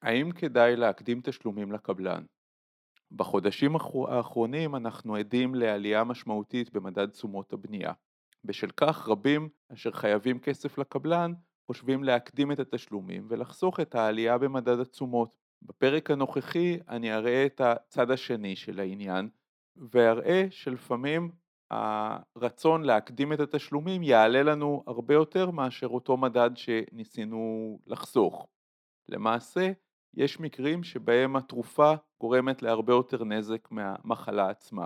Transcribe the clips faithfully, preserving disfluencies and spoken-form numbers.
האם כדאי להקדים תשלומים לקבלן? בחודשים האחר- האחרונים אנחנו עדים לעלייה משמעותית במדד תשומות הבנייה. בשל כך רבים אשר חייבים כסף לקבלן חושבים להקדים את התשלומים ולחסוך את העלייה במדד התשומות. בפרק הנוכחי אני אראה את הצד השני של העניין ואראה שלפעמים הרצון להקדים את התשלומים יעלה לנו הרבה יותר מאשר אותו מדד שניסינו לחסוך. למעשה, יש מקרים שבהם התרופה גורמת להרבה יותר נזק מהמחלה עצמה.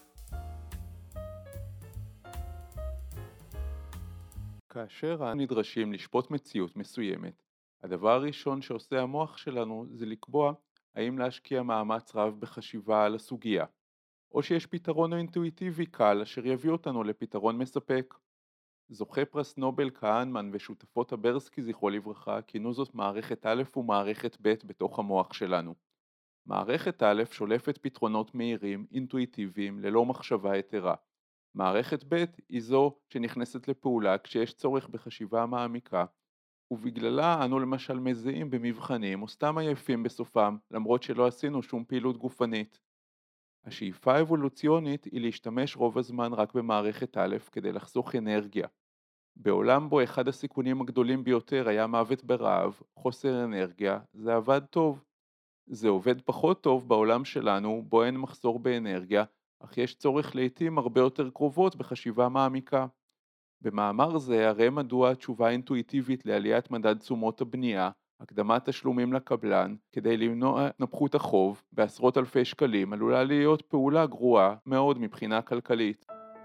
כאשר אנו נדרשים לשפוט מציאות מסוימת, הדבר הראשון שעושה המוח שלנו זה לקבוע האם להשקיע מאמץ רב בחשיבה על הסוגיה, או שיש פתרון אינטואיטיבי קל אשר יביא אותנו לפתרון מספק. זוכי פרס נובל כהנמן ושותפו טברסקי זכרו לברכה כינו זאת מערכת א' ומערכת ב' בתוך המוח שלנו. מערכת א' שולפת פתרונות מהירים, אינטואיטיביים, ללא מחשבה יתרה. מערכת ב' היא זו שנכנסת לפעולה כשיש צורך בחשיבה מעמיקה, ובגללה אנו למשל מזהים במבחנים או סתם עייפים בסופם, למרות שלא עשינו שום פעילות גופנית. השאיפה האבולוציונית היא להשתמש רוב הזמן רק במערכת א' כדי לחסוך אנרגיה. בעולם בו אחד הסיכונים הגדולים ביותר היה מוות ברעב, חוסר אנרגיה, זה עבד טוב. זה עובד פחות טוב בעולם שלנו, בו אין מחסור באנרגיה, אך יש צורך לעתים הרבה יותר קרובות בחשיבה מעמיקה. במאמר זה הרי מדוע התשובה האינטואיטיבית לעליית מדד תשומות הבנייה, הקדמת תשלומים לקבלן, כדי למנוע התנפחות החוב בעשרות אלפי שקלים, עלולה להיות פעולה גרועה מאוד מבחינה כלכלית.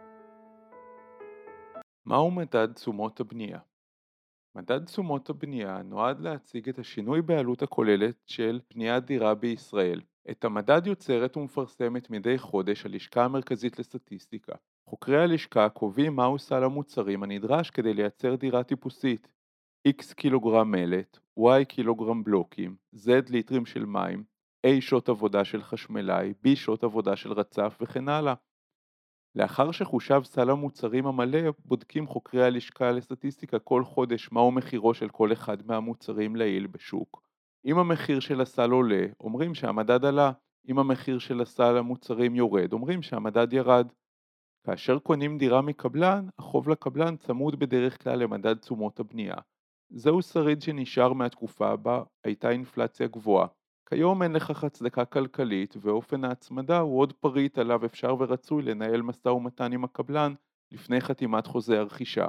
מהו מדד תשומות הבנייה? מדד תשומות הבנייה נועד להציג את השינוי בעלות הכוללת של בניית דירה בישראל. את המדד יוצרת ומפרסמת מדי חודש הלשכה המרכזית לסטטיסטיקה. חוקרי הלשכה קובעים מהו סל המוצרים הנדרש כדי לייצר דירה טיפוסית. X קילוגרם מלט, Y קילוגרם בלוקים, Z ליטרים של מים, A שעות עבודה של חשמלאי, B שעות עבודה של רצף וכן הלאה. לאחר שחושב סל המוצרים המלא, בודקים חוקרי הלשכה לסטטיסטיקה כל חודש מהו מחירו של כל אחד מהמוצרים לעיל בשוק. אם המחיר של הסל עולה, אומרים שהמדד עלה. אם המחיר של הסל המוצרים יורד, אומרים שהמדד ירד. כאשר קונים דירה מקבלן, החוב לקבלן צמוד בדרך כלל למדד תשומות הבנייה. זהו שריד שנשאר מהתקופה בה הייתה אינפלציה גבוהה. כיום אין לכך הצדקה כלכלית, ואופן ההצמדה הוא עוד פריט עליו אפשר ורצוי לנהל משא ומתן עם הקבלן לפני חתימת חוזה הרכישה.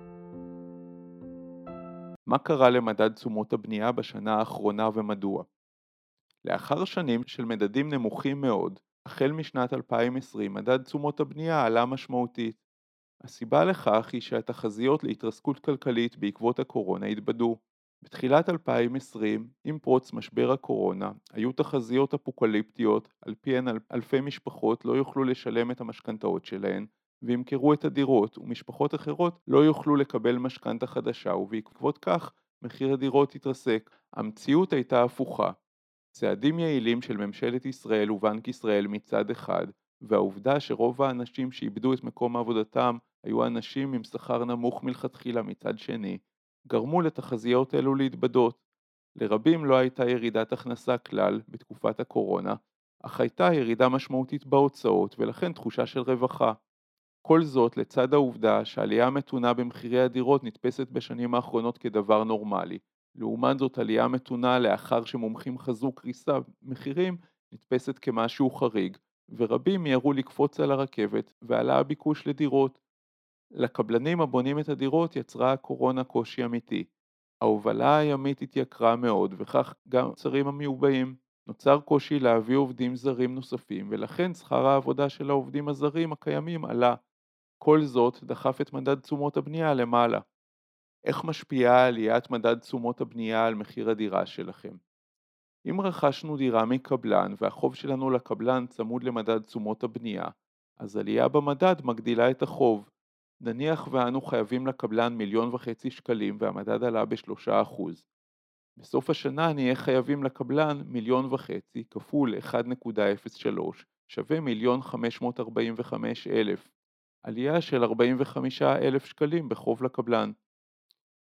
מה קרה למדד תשומות הבנייה בשנה האחרונה ומדוע? לאחר שנים של מדדים נמוכים מאוד, החל משנת אלפיים ועשרים מדד תשומות הבנייה עלה משמעותית. הסיבה לכך היא שהתחזיות להתרסקות כלכלית בעקבות הקורונה התבדו. בתחילת אלפיים ועשרים, עם פרוץ משבר הקורונה, היו תחזיות אפוקליפטיות על פיהן אל- אלפי משפחות לא יוכלו לשלם את המשכנתאות שלהן וימכרו את הדירות, ומשפחות אחרות לא יוכלו לקבל משכנתה חדשה, ובעקבות כך מחיר הדירות התרסק. המציאות הייתה הפוכה. צעדים יעילים של ממשלת ישראל ובנק ישראל מצד אחד, והעובדה שרוב האנשים שאיבדו את מקום עבודתם היו אנשים עם שכר נמוך מלכתחילה מצד שני, גרמו לתחזיות אלו להתבדות. לרבים לא הייתה ירידת הכנסה כלל בתקופת הקורונה, אך הייתה ירידה משמעותית בהוצאות ולכן תחושה של רווחה. כל זאת לצד העובדה שעלייה מתונה במחירי הדירות נתפסת בשנים האחרונות כדבר נורמלי. לעומת זאת עלייה מתונה לאחר שמומחים חזו קריסה מחירים נתפסת כמשהו חריג, ורבים מיהרו לקפוץ על הרכבת ועלה הביקוש לדירות. לקבלנים הבונים את הדירות יצרה הקורונה קושי אמיתי. ההובלה הימית התייקרה מאוד וכך גם מוצרים המיובאים. נוצר קושי להביא עובדים זרים נוספים ולכן שכר העבודה של העובדים הזרים הקיימים עלה. כל זאת דחף את מדד תשומות הבנייה למעלה. איך משפיעה עליית מדד תשומות הבנייה על מחיר הדירה שלכם? אם רכשנו דירה מקבלן והחוב שלנו לקבלן צמוד למדד תשומות הבנייה, אז עלייה במדד מגדילה את החוב. נניח ואנו חייבים לקבלן מיליון וחצי שקלים והמדד עלה בשלושה אחוז. בסוף השנה נהיה חייבים לקבלן מיליון וחצי כפול אחת נקודה אפס שלוש שווה מיליון חמש מאות ארבעים וחמש אלף. עלייה של ארבעים וחמישה אלף שקלים בחוב לקבלן.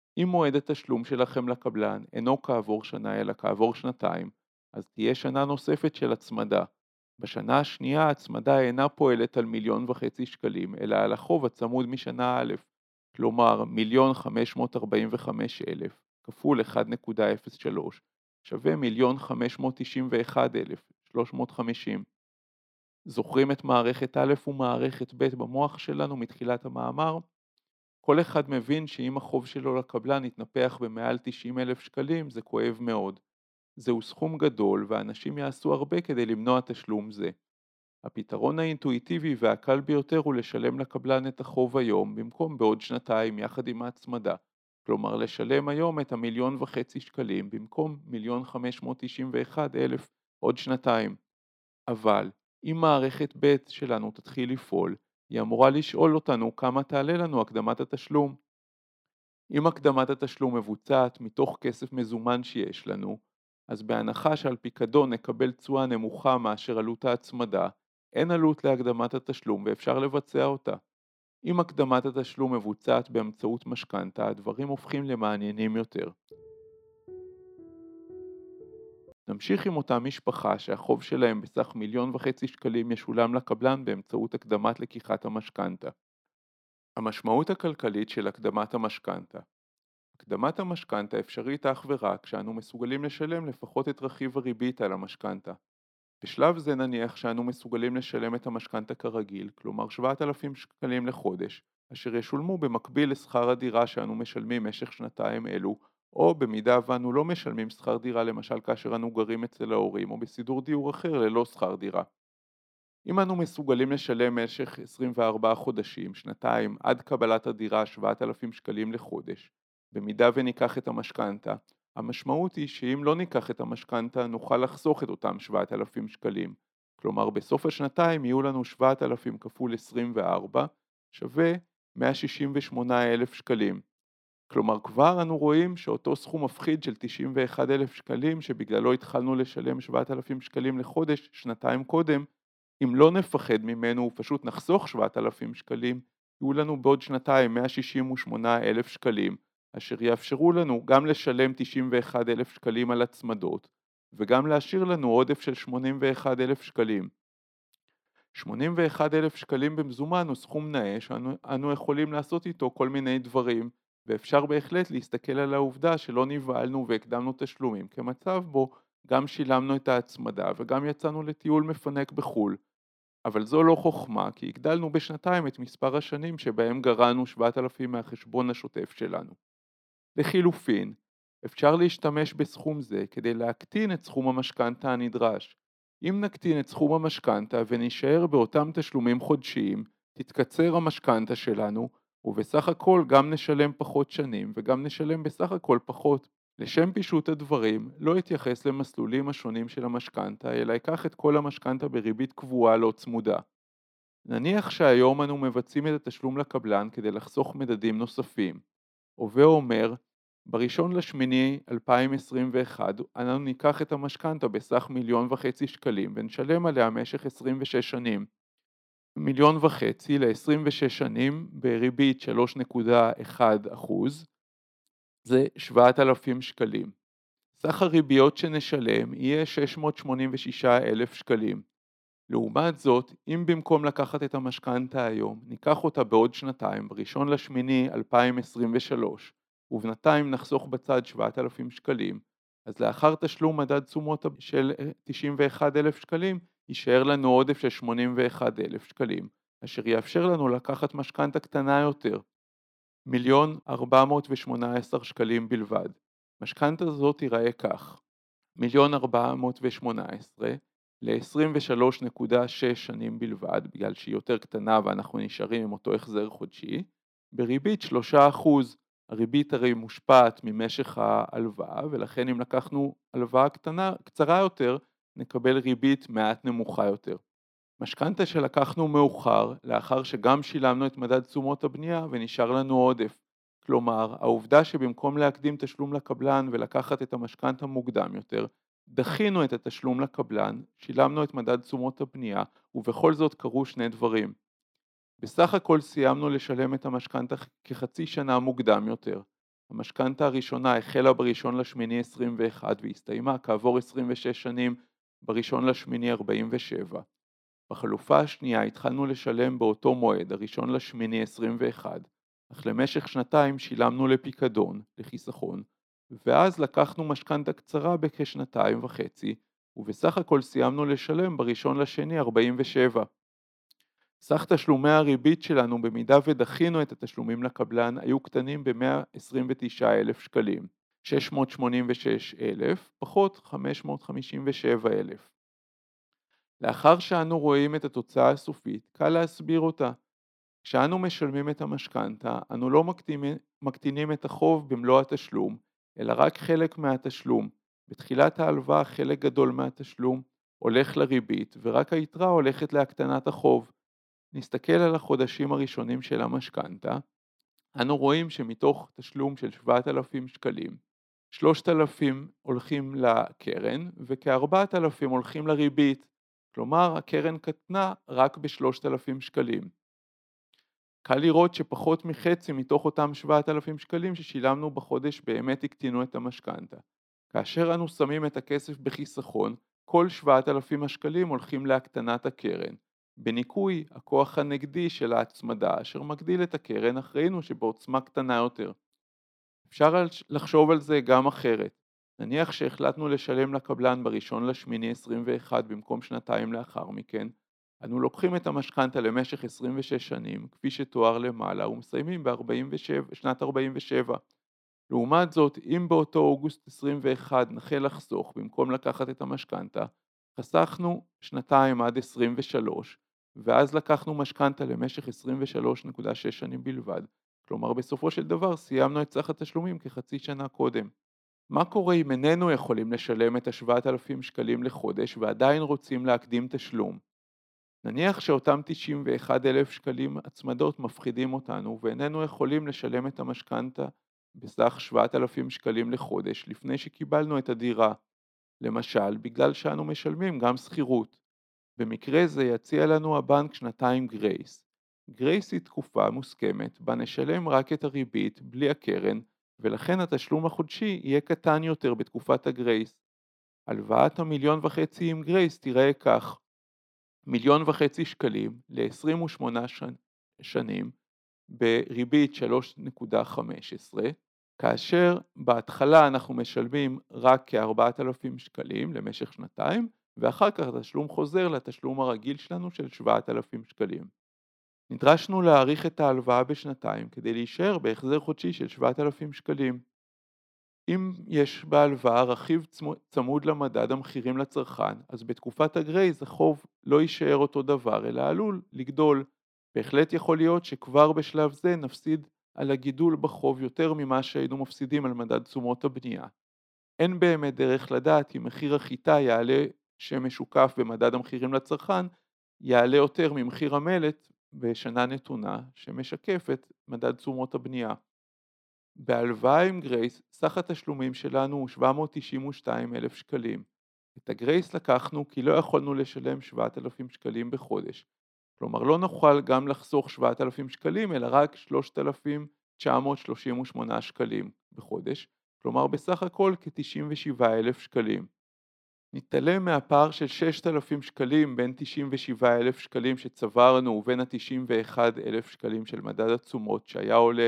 אם מועד התשלום שלכם לקבלן אינו כעבור שנה אלא כעבור שנתיים, אז תהיה שנה נוספת של הצמדה. בשנה השנייה ההצמדה אינה פועלת על מיליון וחצי שקלים, אלא על החוב הצמוד משנה א', כלומר מיליון חמש מאות ארבעים וחמש אלף כפול אחת נקודה אפס שלוש שווה מיליון חמש מאות תשעים ואחת אלף שלוש מאות וחמישים. זוכרים את מערכת א' ומערכת ב' במוח שלנו מתחילת המאמר? כל אחד מבין שאם החוב שלו לקבלן יתנפח במעל תשעים אלף שקלים זה כואב מאוד. זהו סכום גדול ואנשים יעשו הרבה כדי למנוע תשלום זה. הפתרון האינטואיטיבי והקל ביותר הוא לשלם לקבלן את החוב היום במקום בעוד שנתיים יחד עם ההצמדה. כלומר לשלם היום את המיליון וחצי שקלים במקום מיליון חמש מאות תשעים ואחת אלף עוד שנתיים. אבל אם מערכת ב' שלנו תתחיל לפעול, היא אמורה לשאול אותנו כמה תעלה לנו הקדמת התשלום. אם הקדמת התשלום מבוצעת מתוך כסף מזומן שיש לנו, אז בהנחה שעל פיקדון נקבל תשואה נמוכה מאשר עלות ההצמדה, אין עלות להקדמת התשלום ואפשר לבצע אותה. אם הקדמת התשלום מבוצעת באמצעות משכנתא, הדברים הופכים למעניינים יותר. נמשיך עם אותה משפחה שהחוב שלהם בסך מיליון וחצי שקלים ישולם לקבלן באמצעות הקדמת לקיחת המשכנתא. המשמעות הכלכלית של הקדמת המשכנתא. הקדמת המשכנתא אפשרית אך ורק כשאנו מסוגלים לשלם לפחות את רכיב הריבית על המשכנתא. בשלב זה נניח שאנו מסוגלים לשלם את המשכנתא כרגיל, כלומר שבעת אלפים שקלים לחודש, אשר ישולמו במקביל לשכר הדירה שאנו משלמים משך שנתיים אלו, או במידה ואנו לא משלמים שכר דירה למשל כאשר אנו גרים אצל ההורים או בסידור דיור אחר ללא שכר דירה. אם אנו מסוגלים לשלם משך עשרים וארבעה חודשים, שנתיים, עד קבלת הדירה שבעת אלפים שקלים לחודש, במידה וניקח את המשכנתא, המשמעות היא שאם לא ניקח את המשכנתא נוכל לחסוך את אותם שבעת אלפים שקלים. כלומר בסוף השנתיים יהיו לנו שבעת אלפים כפול עשרים וארבע שווה מאה שישים ושמונה אלף שקלים. כלומר כבר אנו רואים שאותו סכום מפחיד של תשעים ואחד אלף שקלים שבגללו התחלנו לשלם שבעת אלפים שקלים לחודש שנתיים קודם, אם לא נפחד ממנו ופשוט נחסוך שבעת אלפים שקלים, יהיו לנו בעוד שנתיים מאה שישים ושמונה אלף שקלים, אשר יאפשרו לנו גם לשלם תשעים ואחד אלף שקלים על הצמדות, וגם להשאיר לנו עודף של שמונים ואחד אלף שקלים. שמונים ואחד אלף שקלים במזומן הוא סכום נאה שאנו יכולים לעשות איתו כל מיני דברים, ואפשר בהחלט להסתכל על העובדה שלא נבהלנו והקדמנו תשלומים, כמצב בו גם שילמנו את ההצמדה וגם יצאנו לטיול מפנק בחול. אבל זו לא חוכמה, כי הגדלנו בשנתיים את מספר השנים שבהם גרענו שבעת אלפים מהחשבון השוטף שלנו. לחילופין, אפשר להשתמש בסכום זה כדי להקטין את סכום המשכנתא הנדרש. אם נקטין את סכום המשכנתא ונשאר באותם תשלומים חודשיים, תתקצר המשכנתא שלנו, ובסך הכל גם נשלם פחות שנים וגם נשלם בסך הכל פחות. לשם פישוט הדברים, לא אתייחס למסלולים השונים של המשכנתא, אלא אקח את כל המשכנתא בריבית קבועה לא צמודה. נניח שהיום אנו מבצעים את התשלום לקבלן כדי לחסוך מדדים נוספים. הווה אומר, בראשון לשמיני אלפיים עשרים ואחת אנו ניקח את המשכנתא בסך מיליון וחצי שקלים ונשלם עליה משך עשרים ושש שנים. מיליון וחצי ל-עשרים ושש שנים בריבית שלוש נקודה אחת אחוז זה שבעת אלפים שקלים. סך הריביות שנשלם יהיה שש מאות שמונים ושישה אלף שקלים. לעומת זאת, אם במקום לקחת את המשכנתא היום, ניקח אותה בעוד שנתיים, בראשון לשמיני אלפיים עשרים ושלוש, ובינתיים נחסוך בצד שבעת אלפים שקלים, אז לאחר תשלום מדד תשומות של תשעים ואחד אלף שקלים, יישאר לנו עודף של שמונים ואחד אלף שקלים, אשר יאפשר לנו לקחת משכנתא קטנה יותר, מיליון ארבע מאות ושמונה עשרה שקלים בלבד. משכנתא הזאת תיראה כך, מיליון ארבע מאות ושמונה עשרה ל-עשרים ושלוש נקודה שש שנים בלבד, בגלל שהיא יותר קטנה ואנחנו נשארים עם אותו החזר חודשי, בריבית שלושה אחוז. הריבית הרי מושפעת ממשך ההלוואה, ולכן אם לקחנו הלוואה קטנה, קצרה יותר, נקבל ריבית מעט נמוכה יותר. משכנתא שלקחנו מאוחר, לאחר שגם שילמנו את מדד תשומות הבנייה ונשאר לנו עודף. כלומר, העובדה שבמקום להקדים תשלום לקבלן ולקחת את המשכנתא מוקדם יותר, דחינו את התשלום לקבלן, שילמנו את מדד תשומות הבנייה, ובכל זאת קרו שני דברים. בסך הכל סיימנו לשלם את המשכנתא כחצי שנה מוקדם יותר. המשכנתה הראשונה החלה בראשון לשמיני עשרים ואחת והסתיימה כעבור עשרים ושש שנים בראשון לשמיני ארבעים ושבע. בחלופה השנייה התחלנו לשלם באותו מועד, הראשון לשמיני עשרים ואחת, אך למשך שנתיים שילמנו לפיקדון, לחיסכון, ואז לקחנו משכנתה קצרה בכשנתיים וחצי, ובסך הכל סיימנו לשלם בראשון לשני ארבעים ושבע. סך תשלומי הריבית שלנו במידה ודחינו את התשלומים לקבלן היו קטנים ב-מאה עשרים ותשעה אלף שקלים, שש מאות שמונים ושש אלף פחות חמש מאות חמישים ושבע אלף. לאחר שאנו רואים את התוצאה הסופית, קל להסביר אותה. כשאנו משלמים את המשכנתה, אנו לא מקטינים, מקטינים את החוב במלוא התשלום, אלא רק חלק מהתשלום. בתחילת ההלוואה חלק גדול מהתשלום הולך לריבית, ורק היתרה הולכת להקטנת החוב. נסתכל על החודשים הראשונים של המשכנתה, אנו רואים שמתוך תשלום של שבעת אלפים שקלים, שלושת אלפים הולכים לקרן וכ-ארבעת אלפים הולכים לריבית, כלומר הקרן קטנה רק ב-שלושת אלפים שקלים. קל לראות שפחות מחצי מתוך אותם שבעת אלפים שקלים ששילמנו בחודש באמת הקטינו את המשכנתה. כאשר אנו שמים את הכסף בחיסכון, כל שבעת אלפים השקלים הולכים להקטנת הקרן. בניקוי הכוח הנגדי של ההצמדה אשר מגדיל את הקרן, אך ראינו שבעוצמה קטנה יותר. אפשר לחשוב על זה גם אחרת. נניח שהחלטנו לשלם לקבלן בראשון לשמיני עשרים ואחת במקום שנתיים לאחר מכן, אנו לוקחים את המשכנתה למשך עשרים ושש שנים, כפי שתואר למעלה, ומסיימים בשנת ארבעים ושבע. לעומת זאת, אם באותו אוגוסט עשרים ואחת נחל לחסוך במקום לקחת את המשכנתה, חסכנו שנתיים עד עשרים ושלוש, ואז לקחנו משכנתה למשך עשרים ושלוש נקודה שש שנים בלבד. כלומר, בסופו של דבר סיימנו את סך התשלומים כחצי שנה קודם. מה קורה אם איננו יכולים לשלם את ה-שבעת אלפים שקלים לחודש ועדיין רוצים להקדים תשלום? נניח שאותם תשעים ואחד אלף שקלים הצמדות מפחידים אותנו ואיננו יכולים לשלם את המשכנתה בסך שבעת אלפים שקלים לחודש לפני שקיבלנו את הדירה. למשל, בגלל שאנו משלמים גם שכירות. במקרה זה יציע לנו הבנק שנתיים גרייס. גרייס היא תקופה מוסכמת בה נשלם רק את הריבית בלי הקרן, ולכן התשלום החודשי יהיה קטן יותר בתקופת הגרייס. הלוואת המיליון וחצי עם גרייס תראה כך: מיליון וחצי שקלים ל-עשרים ושמונה שנים בריבית שלוש נקודה חמש עשרה, כאשר בהתחלה אנחנו משלמים רק כ-ארבעת אלפים שקלים למשך שנתיים, ואחר כך התשלום חוזר לתשלום הרגיל שלנו של שבעת אלפים שקלים. נדרשנו להאריך את ההלוואה בשנתיים כדי להישאר בהחזר חודשי של שבעת אלפים שקלים. אם יש בהלוואה רכיב צמוד למדד המחירים לצרכן, אז בתקופת הגרייס החוב לא יישאר אותו דבר, אלא עלול לגדול. בהחלט יכול להיות שכבר בשלב זה נפסיד על הגידול בחוב יותר ממה שהיינו מפסידים על מדד תשומות הבנייה. אין באמת דרך לדעת אם מחיר החיטה יעלה שמשוקף במדד המחירים לצרכן, יעלה יותר ממחיר המלט בשנה נתונה שמשקף את מדד תשומות הבנייה. בהלוואה עם גרייס, סך התשלומים שלנו הוא שבע מאות תשעים ושניים אלף שקלים. את הגרייס לקחנו כי לא יכולנו לשלם שבעת אלפים שקלים בחודש. כלומר, לא נוכל גם לחסוך שבעת אלפים שקלים, אלא רק שלושת אלפים תשע מאות שלושים ושמונה שקלים בחודש. כלומר, בסך הכל כ-תשעים ושבעה אלף שקלים. נתעלם מהפער של שישת אלפים שקלים בין תשעים ושבעה אלף שקלים שצברנו ובין ה-תשעים ואחד אלף שקלים של מדד התשומות שהיה עולה,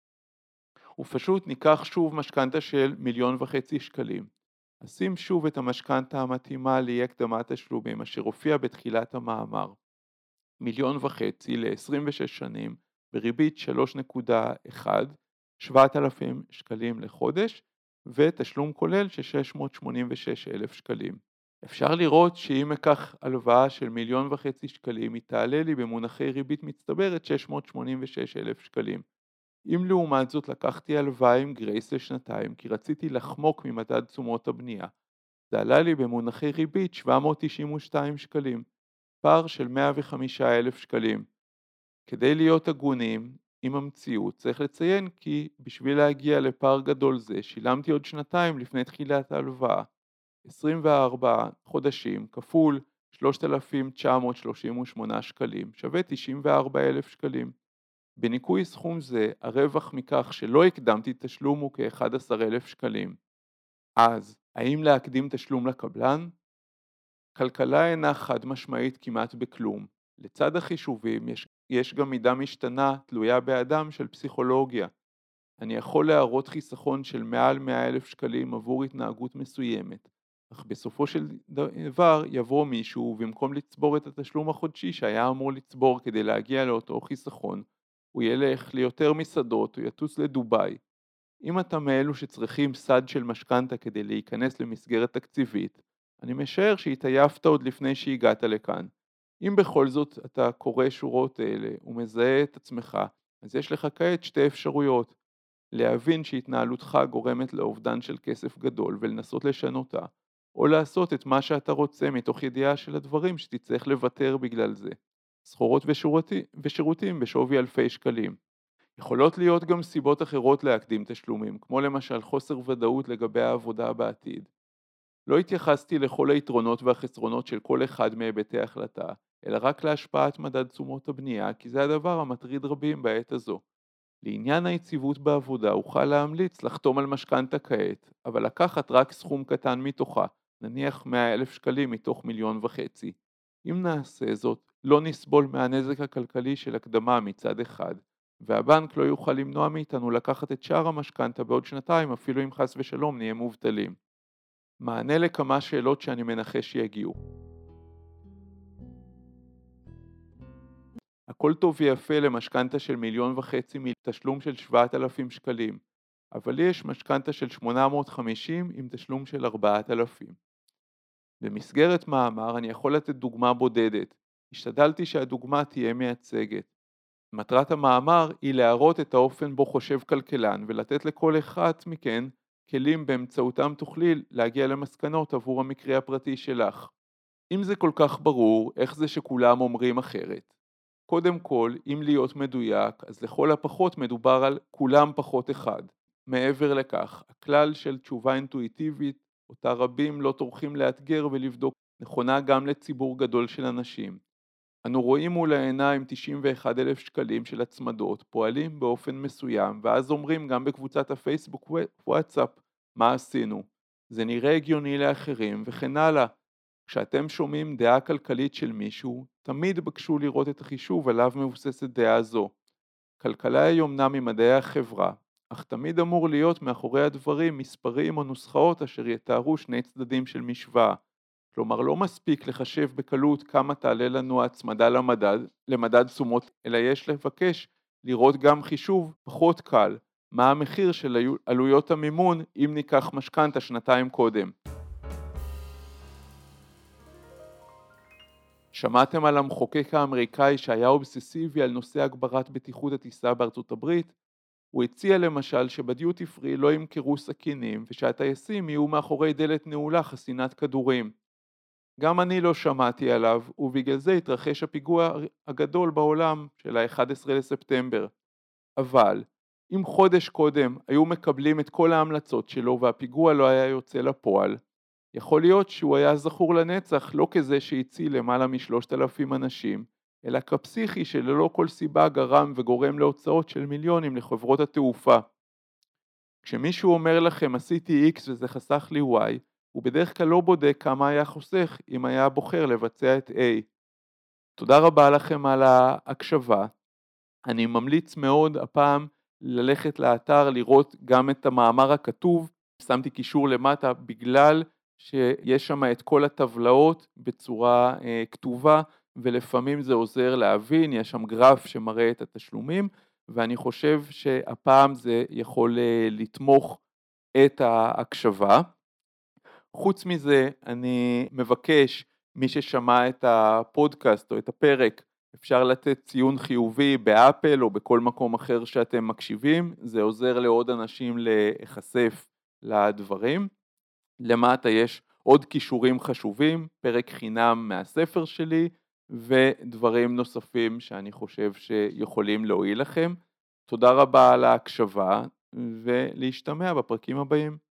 ופשוט ניקח שוב משכנתה של מיליון וחצי שקלים. נשים שוב את המשכנתה המתאימה לאי הקדמת תשלומים אשר הופיע בתחילת המאמר. מיליון וחצי ל-עשרים ושש שנים בריבית שלוש נקודה אחת, שבעת אלפים שקלים לחודש, ותשלום כולל של שש מאות שמונים ושש אלף שקלים. אפשר לראות שאם אקח הלוואה של מיליון וחצי שקלים, היא תעלה לי במונחי ריבית מצטברת שש מאות שמונים ושש אלף שקלים. אם לעומת זאת לקחתי הלוואה עם גרייס לשנתיים, כי רציתי לחמוק ממדד תשומות הבנייה, זה עלה לי במונחי ריבית שבע מאות תשעים ושניים שקלים, פער של מאה וחמישה אלף שקלים. כדי להיות הגונים עם המציאות, צריך לציין כי בשביל להגיע לפער גדול זה, שילמתי עוד שנתיים לפני תחילת ההלוואה. עשרים וארבעה חודשים כפול שלושת אלפים תשע מאות שלושים ושמונה שקלים, שווה תשעים וארבעה אלף שקלים. בניכוי סכום זה, הרווח מכך שלא הקדמתי תשלום הוא כ-אחד עשר אלף שקלים. אז, האם להקדים תשלום לקבלן? כלכלה אינה חד משמעית כמעט בכלום. לצד החישובים יש, יש גם מידה משתנה תלויה באדם של פסיכולוגיה. אני יכול להראות חיסכון של מעל מאה אלף שקלים עבור התנהגות מסוימת, אך בסופו של דבר יבוא מישהו ובמקום לצבור את התשלום החודשי שהיה אמור לצבור כדי להגיע לאותו חיסכון, הוא ילך ליותר מסעדות או יטוס לדובאי. אם אתה מאלו שצריכים סד של משכנתה כדי להיכנס למסגרת תקציבית, אני משער שהתעייפת עוד לפני שהגעת לכאן. אם בכל זאת אתה קורא שורות אלה ומזהה את עצמך, אז יש לך כעת שתי אפשרויות. להבין שהתנהלותך גורמת לאובדן של כסף גדול ולנסות לשנותה, או לעשות את מה שאתה רוצה מתוך ידיעה של הדברים שתצטרך לוותר בגלל זה. סחורות ושירותי, ושירותים בשווי אלפי שקלים. יכולות להיות גם סיבות אחרות להקדים תשלומים, כמו למשל חוסר ודאות לגבי העבודה בעתיד. לא התייחסתי לכל היתרונות והחסרונות של כל אחד מהיבטי ההחלטה, אלא רק להשפעת מדד תשומות הבנייה, כי זה הדבר המטריד רבים בעת הזו. לעניין היציבות בעבודה אוכל להמליץ לחתום על משכנתה כעת, אבל לקחת רק סכום קטן מתוכה, נניח מאה אלף שקלים מתוך מיליון וחצי. אם נעשה זאת, לא נסבול מהנזק הכלכלי של הקדמה מצד אחד, והבנק לא יוכל למנוע מאיתנו לקחת את שאר המשכנתה בעוד שנתיים אפילו אם חס ושלום נהיה מובטלים. מענה לכמה שאלות שאני מנחש שיגיעו. הכל טוב ויפה למשכנתה של מיליון וחצי מתשלום של שבעת אלפים שקלים, אבל לי יש משכנתה של שמונה מאות וחמישים עם תשלום של ארבעת אלפים. במסגרת מאמר אני יכול לתת דוגמה בודדת, השתדלתי שהדוגמה תהיה מייצגת. מטרת המאמר היא להראות את האופן בו חושב כלכלן ולתת לכל אחד מכן כלים באמצעותם תוכלי להגיע למסקנות עבור המקרה הפרטי שלך. אם זה כל כך ברור, איך זה שכולם אומרים אחרת? קודם כל, אם להיות מדויק, אז לכל הפחות מדובר על כולם פחות אחד. מעבר לכך, הכלל של תשובה אינטואיטיבית, אותה רבים לא טורחים לאתגר ולבדוק, נכונה גם לציבור גדול של אנשים. אנו רואים מול העיניים תשעים ואחד אלף שקלים של הצמדות, פועלים באופן מסוים, ואז אומרים גם בקבוצת הפייסבוק וואטסאפ, מה עשינו? זה נראה הגיוני לאחרים וכן הלאה. כשאתם שומעים דעה כלכלית של מישהו, תמיד בקשו לראות את החישוב עליו מבוססת דעה זו. כלכלה היא אומנם ממדעי החברה, אך תמיד אמור להיות מאחורי הדברים מספרים או נוסחאות אשר יתארו שני צדדים של משוואה. כלומר, לא מספיק לחשב בקלות כמה תעלה לנו ההצמדה למדד, למדד תשומות, אלא יש לבקש לראות גם חישוב פחות קל, מה המחיר של עלויות המימון אם ניקח משכנתה שנתיים קודם. שמעתם על המחוקק האמריקאי שהיה אובססיבי על נושא הגברת בטיחות הטיסה בארצות הברית? הוא הציע למשל שבדיוטי פרי לא ימכרו סכינים ושהטייסים יהיו מאחורי דלת נעולה חסינת כדורים. גם אני לא שמעתי עליו, ובגלל זה התרחש הפיגוע הגדול בעולם של ה-אחד עשר לספטמבר. אבל, אם חודש קודם היו מקבלים את כל ההמלצות שלו והפיגוע לא היה יוצא לפועל, יכול להיות שהוא היה זכור לנצח לא כזה שהציל למעלה משלושת אלפים אנשים, אלא כפסיכי שללא כל סיבה גרם וגורם להוצאות של מיליונים לחברות התעופה. כשמישהו אומר לכם עשיתי X וזה חסך לי Y, הוא בדרך כלל לא בודק כמה היה חוסך אם היה בוחר לבצע את A. תודה רבה לכם על ההקשבה. אני ממליץ מאוד הפעם ללכת לאתר לראות גם את המאמר הכתוב, שמתי קישור למטה בגלל שיש שם את כל הטבלאות בצורה אה, כתובה, ולפעמים זה עוזר להבין, יש שם גרף שמראה את התשלומים, ואני חושב שהפעם זה יכול אה, לתמוך את ההקשבה. חוץ מזה, אני מבקש, מי ששמע את הפודקאסט או את הפרק, אפשר לתת ציון חיובי באפל או בכל מקום אחר שאתם מקשיבים, זה עוזר לעוד אנשים להיחשף לדברים. למטה יש עוד קישורים חשובים, פרק חינם מהספר שלי, ודברים נוספים שאני חושב שיכולים להועיל לכם. תודה רבה על ההקשבה, ולהשתמע בפרקים הבאים.